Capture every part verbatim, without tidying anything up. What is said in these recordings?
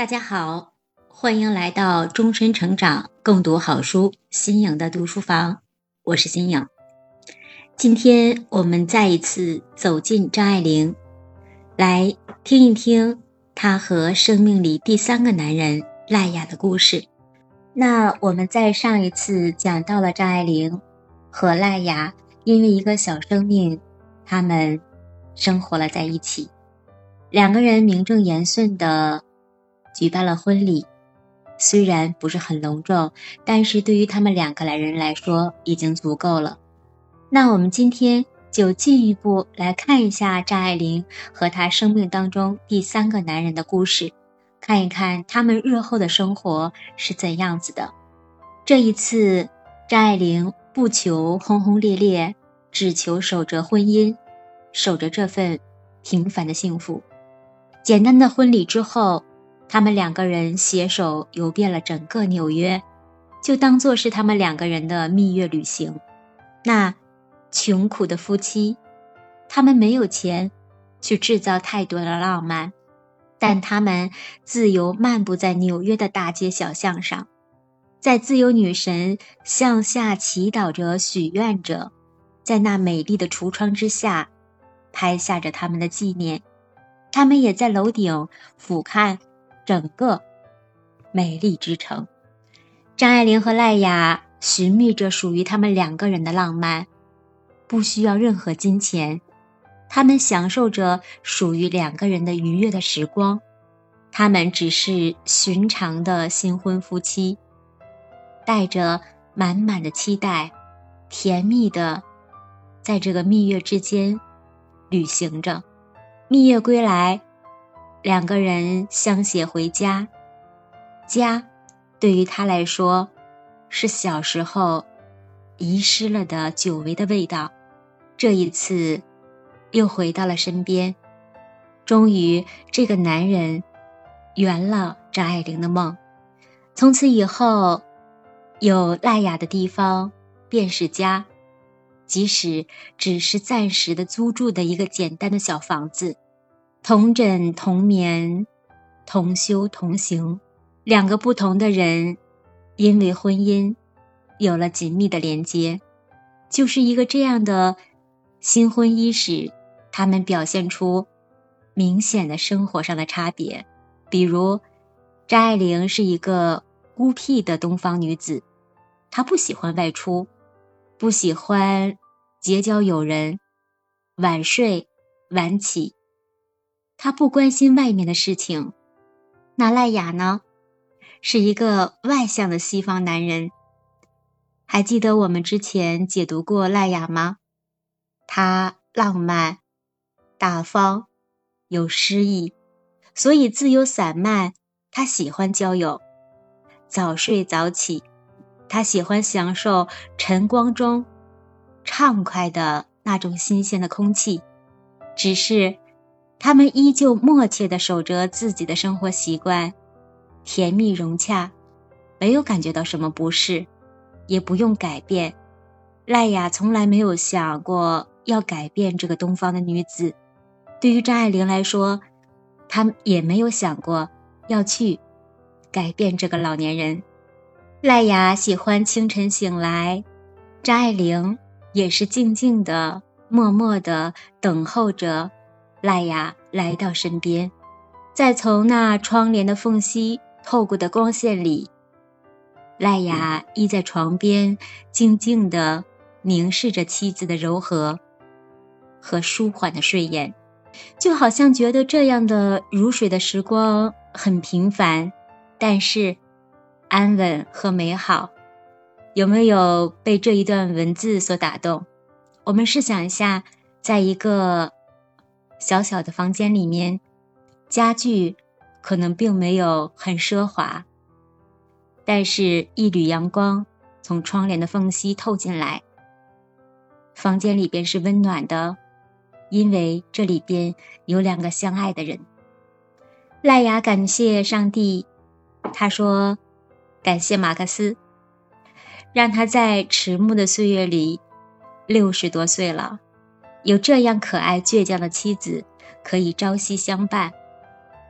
大家好，欢迎来到终身成长共读好书新颖的读书房，我是新颖。今天我们再一次走进张爱玲，来听一听她和生命里第三个男人赖雅的故事。那我们在上一次讲到了张爱玲和赖雅因为一个小生命，他们生活了在一起，两个人名正言顺地举办了婚礼，虽然不是很隆重，但是对于他们两个来人来说已经足够了。那我们今天就进一步来看一下张爱玲和她生命当中第三个男人的故事，看一看他们日后的生活是怎样子的。这一次张爱玲不求轰轰烈烈，只求守着婚姻，守着这份平凡的幸福。简单的婚礼之后，他们两个人携手游遍了整个纽约，就当作是他们两个人的蜜月旅行。那穷苦的夫妻，他们没有钱去制造太多的浪漫，但他们自由漫步在纽约的大街小巷上，在自由女神向下祈祷着许愿着，在那美丽的橱窗之下拍下着他们的纪念。他们也在楼顶俯瞰整个美丽之城。张爱玲和赖雅寻觅着属于他们两个人的浪漫，不需要任何金钱，他们享受着属于两个人的愉悦的时光。他们只是寻常的新婚夫妻，带着满满的期待，甜蜜的在这个蜜月之间旅行着。蜜月归来，两个人相携回家。家对于他来说是小时候遗失了的久违的味道，这一次又回到了身边。终于这个男人圆了张爱玲的梦，从此以后有赖雅的地方便是家，即使只是暂时的租住的一个简单的小房子，同枕同眠，同修同行，两个不同的人因为婚姻有了紧密的连接。就是一个这样的新婚伊始，他们表现出明显的生活上的差别。比如张爱玲是一个孤僻的东方女子，她不喜欢外出，不喜欢结交友人，晚睡晚起，她不关心外面的事情。那赖雅呢，是一个外向的西方男人。还记得我们之前解读过赖雅吗？他浪漫大方有诗意，所以自由散漫，他喜欢交友，早睡早起，他喜欢享受晨光中畅快的那种新鲜的空气。只是他们依旧默契地守着自己的生活习惯，甜蜜融洽，没有感觉到什么不适，也不用改变。赖雅从来没有想过要改变这个东方的女子，对于张爱玲来说，她也没有想过要去改变这个老年人。赖雅喜欢清晨醒来，张爱玲也是静静的默默的等候着赖雅来到身边。再从那窗帘的缝隙透过的光线里，赖雅依在床边，静静地凝视着妻子的柔和和舒缓的睡颜，就好像觉得这样的如水的时光很平凡，但是安稳和美好。有没有被这一段文字所打动？我们试想一下，在一个小小的房间里面，家具可能并没有很奢华，但是一缕阳光从窗帘的缝隙透进来，房间里边是温暖的，因为这里边有两个相爱的人。赖雅感谢上帝，他说感谢马克思，让他在迟暮的岁月里六十多岁了，有这样可爱倔强的妻子可以朝夕相伴。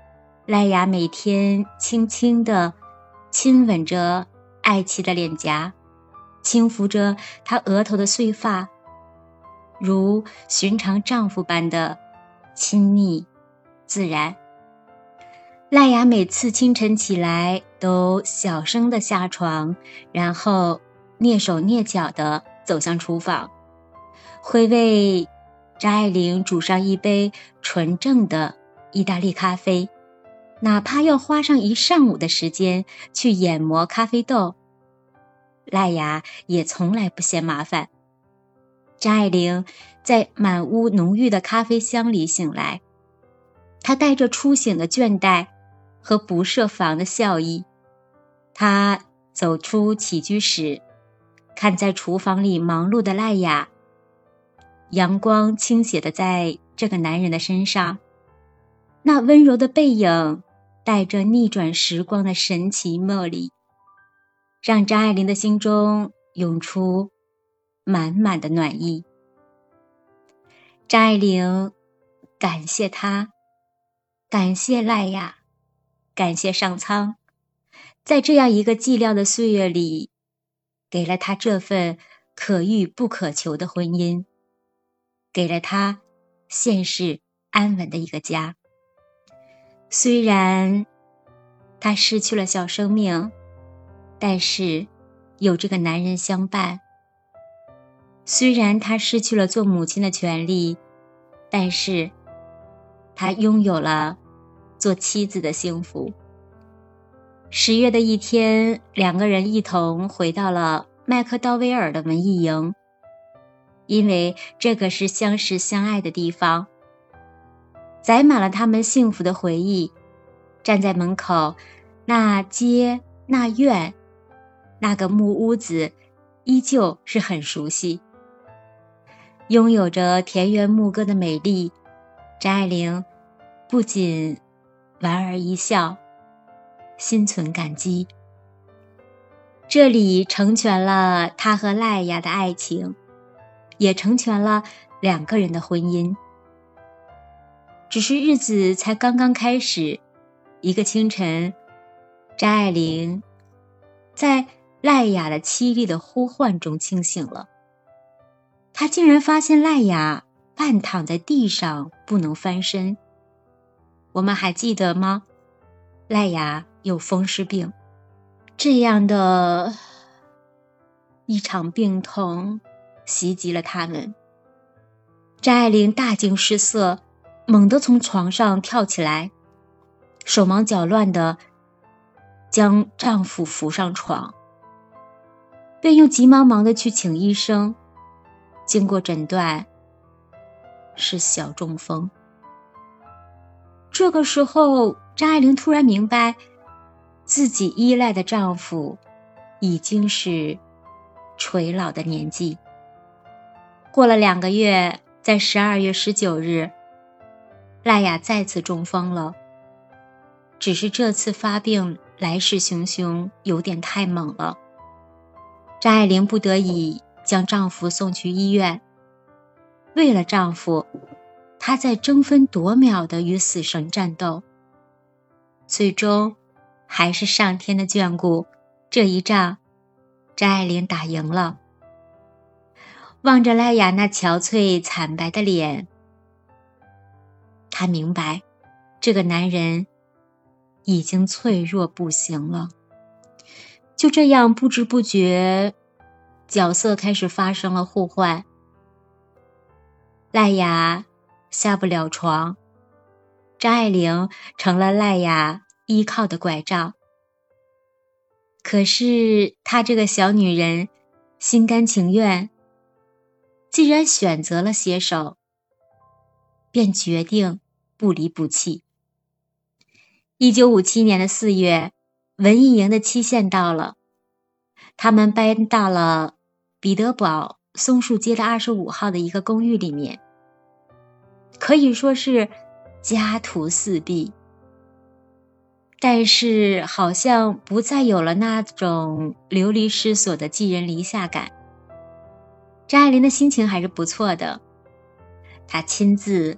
赖雅每天轻轻地亲吻着爱妻的脸颊，轻抚着她额头的碎发，如寻常丈夫般的亲昵自然。赖雅每次清晨起来都小声地下床，然后蹑手蹑脚地走向厨房，会为张爱玲煮上一杯纯正的意大利咖啡，哪怕要花上一上午的时间去研磨咖啡豆，赖雅也从来不嫌麻烦。张爱玲在满屋浓郁的咖啡香里醒来，她带着初醒的倦怠和不设防的笑意。她走出起居室，看在厨房里忙碌的赖雅，阳光倾斜地在这个男人的身上，那温柔的背影带着逆转时光的神奇魅力，让张爱玲的心中涌出满满的暖意。张爱玲感谢他，感谢赖雅，感谢上苍，在这样一个寂寥的岁月里，给了他这份可遇不可求的婚姻，给了他现世安稳的一个家。虽然他失去了小生命，但是有这个男人相伴。虽然他失去了做母亲的权利，但是他拥有了做妻子的幸福。十月的一天，两个人一同回到了麦克道威尔的文艺营，因为这个是相识相爱的地方，载满了他们幸福的回忆。站在门口，那街那院那个木屋子依旧是很熟悉，拥有着田园牧歌的美丽。张爱玲不仅莞尔一笑，心存感激。这里成全了他和赖雅的爱情，也成全了两个人的婚姻。只是日子才刚刚开始，一个清晨，张爱玲在赖雅的凄厉的呼唤中清醒了。她竟然发现赖雅半躺在地上不能翻身。我们还记得吗？赖雅有风湿病，这样的一场病痛袭击了他们。张爱玲大惊失色，猛地从床上跳起来，手忙脚乱地将丈夫扶上床，便又急忙忙地去请医生。经过诊断，是小中风。这个时候，张爱玲突然明白，自己依赖的丈夫已经是垂老的年纪。过了两个月，在十二月十九日，赖雅再次中风了，只是这次发病来势汹汹，有点太猛了。张爱玲不得已将丈夫送去医院。为了丈夫，她在争分夺秒地与死神战斗，最终还是上天的眷顾，这一仗张爱玲打赢了。望着赖雅那憔悴惨白的脸，她明白这个男人已经脆弱不行了。就这样不知不觉，角色开始发生了互换。赖雅下不了床，张爱玲成了赖雅依靠的拐杖。可是她这个小女人心甘情愿，既然选择了携手，便决定不离不弃。一九五七年的四月，文艺营的期限到了，他们搬到了彼得堡松树街的二十五号的一个公寓里面，可以说是家徒四壁，但是好像不再有了那种流离失所的寄人篱下感。张爱玲的心情还是不错的，她亲自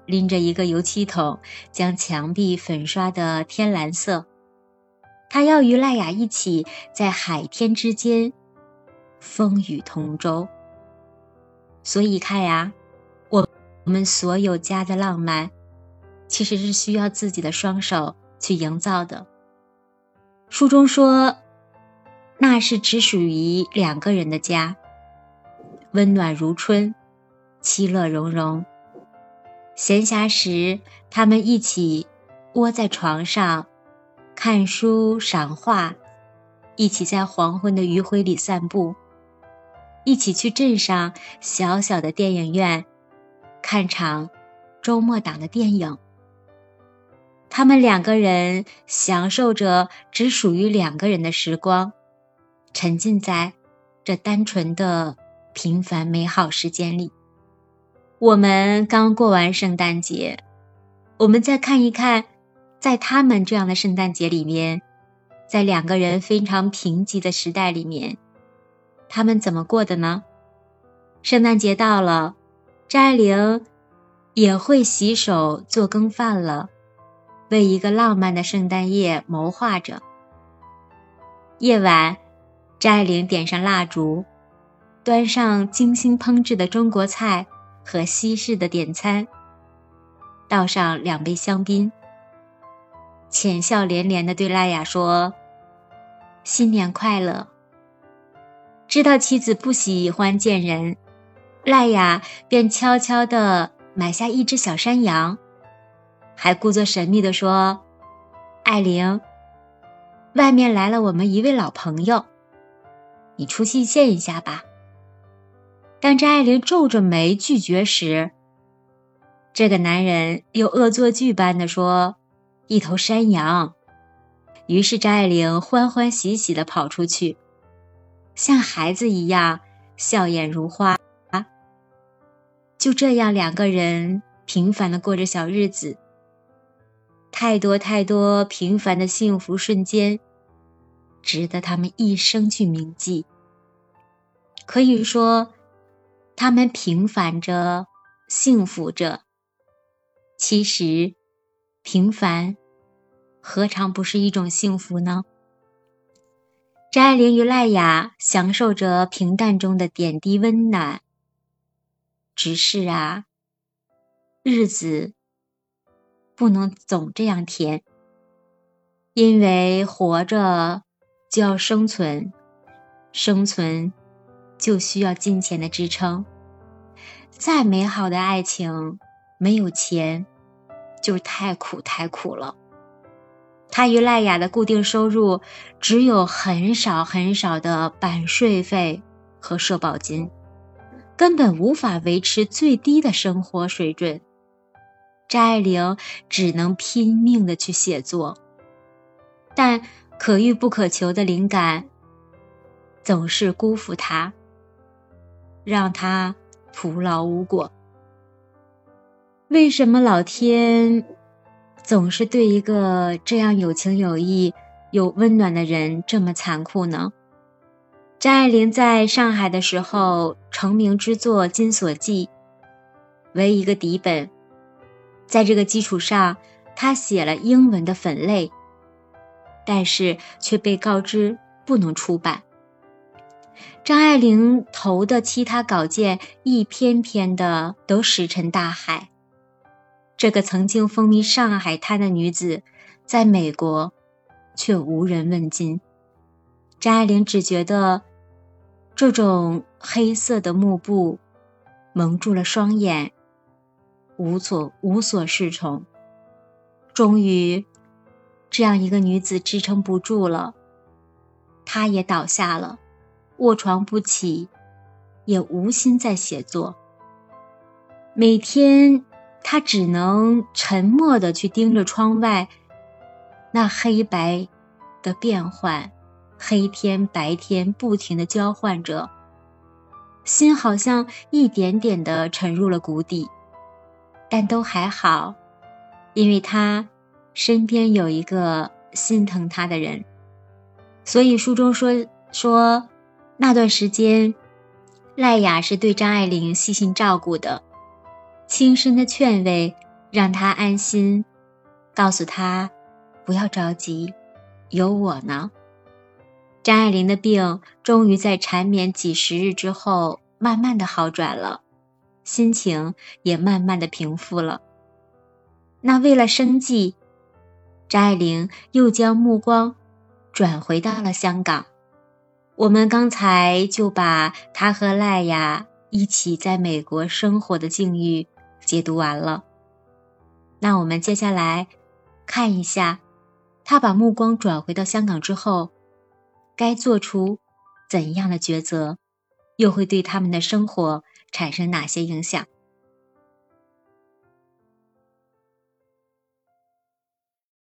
拎着一个油漆桶，将墙壁粉刷得天蓝色。他要与赖雅一起在海天之间风雨同舟。所以看呀，我们所有家的浪漫其实是需要自己的双手去营造的。书中说，那是只属于两个人的家，温暖如春，其乐融融。闲暇时，他们一起窝在床上看书赏画，一起在黄昏的余晖里散步，一起去镇上小小的电影院看场周末档的电影。他们两个人享受着只属于两个人的时光，沉浸在这单纯的平凡美好时间里。我们刚过完圣诞节，我们再看一看，在他们这样的圣诞节里面，在两个人非常贫瘠的时代里面，他们怎么过的呢？圣诞节到了，张爱玲也会洗手做羹饭了，为一个浪漫的圣诞夜谋划着。夜晚，张爱玲点上蜡烛，端上精心烹制的中国菜和西式的点餐，倒上两杯香槟，浅笑连连地对赖雅说：新年快乐。知道妻子不喜欢见人，赖雅便悄悄地买下一只小山羊，还故作神秘地说：爱玲，外面来了我们一位老朋友，你出去见一下吧。当张爱玲皱着眉拒绝时，这个男人又恶作剧般地说：一头山羊。于是张爱玲欢欢喜喜地跑出去，像孩子一样笑靥如花。就这样，两个人平凡地过着小日子。太多太多平凡的幸福瞬间，值得他们一生去铭记。可以说，他们平凡着，幸福着。其实，平凡何尝不是一种幸福呢？张爱玲与赖雅享受着平淡中的点滴温暖。只是啊，日子不能总这样甜，因为活着就要生存，生存就需要金钱的支撑。再美好的爱情，没有钱就太苦太苦了。他与赖雅的固定收入只有很少很少的版税费和社保金，根本无法维持最低的生活水准。张爱玲只能拼命地去写作，但可遇不可求的灵感总是辜负她，让她徒劳无果。为什么老天总是对一个这样有情有义、有温暖的人这么残酷呢？张爱玲在上海的时候，成名之作《金锁记》为一个底本，在这个基础上，她写了英文的粉类，但是却被告知不能出版。张爱玲投的其他稿件一篇篇的都石沉大海。这个曾经风靡上海滩的女子，在美国却无人问津。张爱玲只觉得这种黑色的幕布蒙住了双眼，无所无所适从。终于，这样一个女子支撑不住了，她也倒下了，卧床不起，也无心再写作。每天她只能沉默地去盯着窗外那黑白的变换，黑天白天不停地交换着，心好像一点点地沉入了谷底。但都还好，因为她身边有一个心疼她的人。所以书中说说那段时间，赖雅是对张爱玲细心照顾的，轻声的劝慰让他安心，告诉他不要着急，有我呢。张爱玲的病终于在缠绵几十日之后慢慢的好转了，心情也慢慢的平复了。那为了生计，张爱玲又将目光转回到了香港。我们刚才就把她和赖雅一起在美国生活的境遇解读完了。那我们接下来看一下，她把目光转回到香港之后，该做出怎样的抉择，又会对他们的生活产生哪些影响？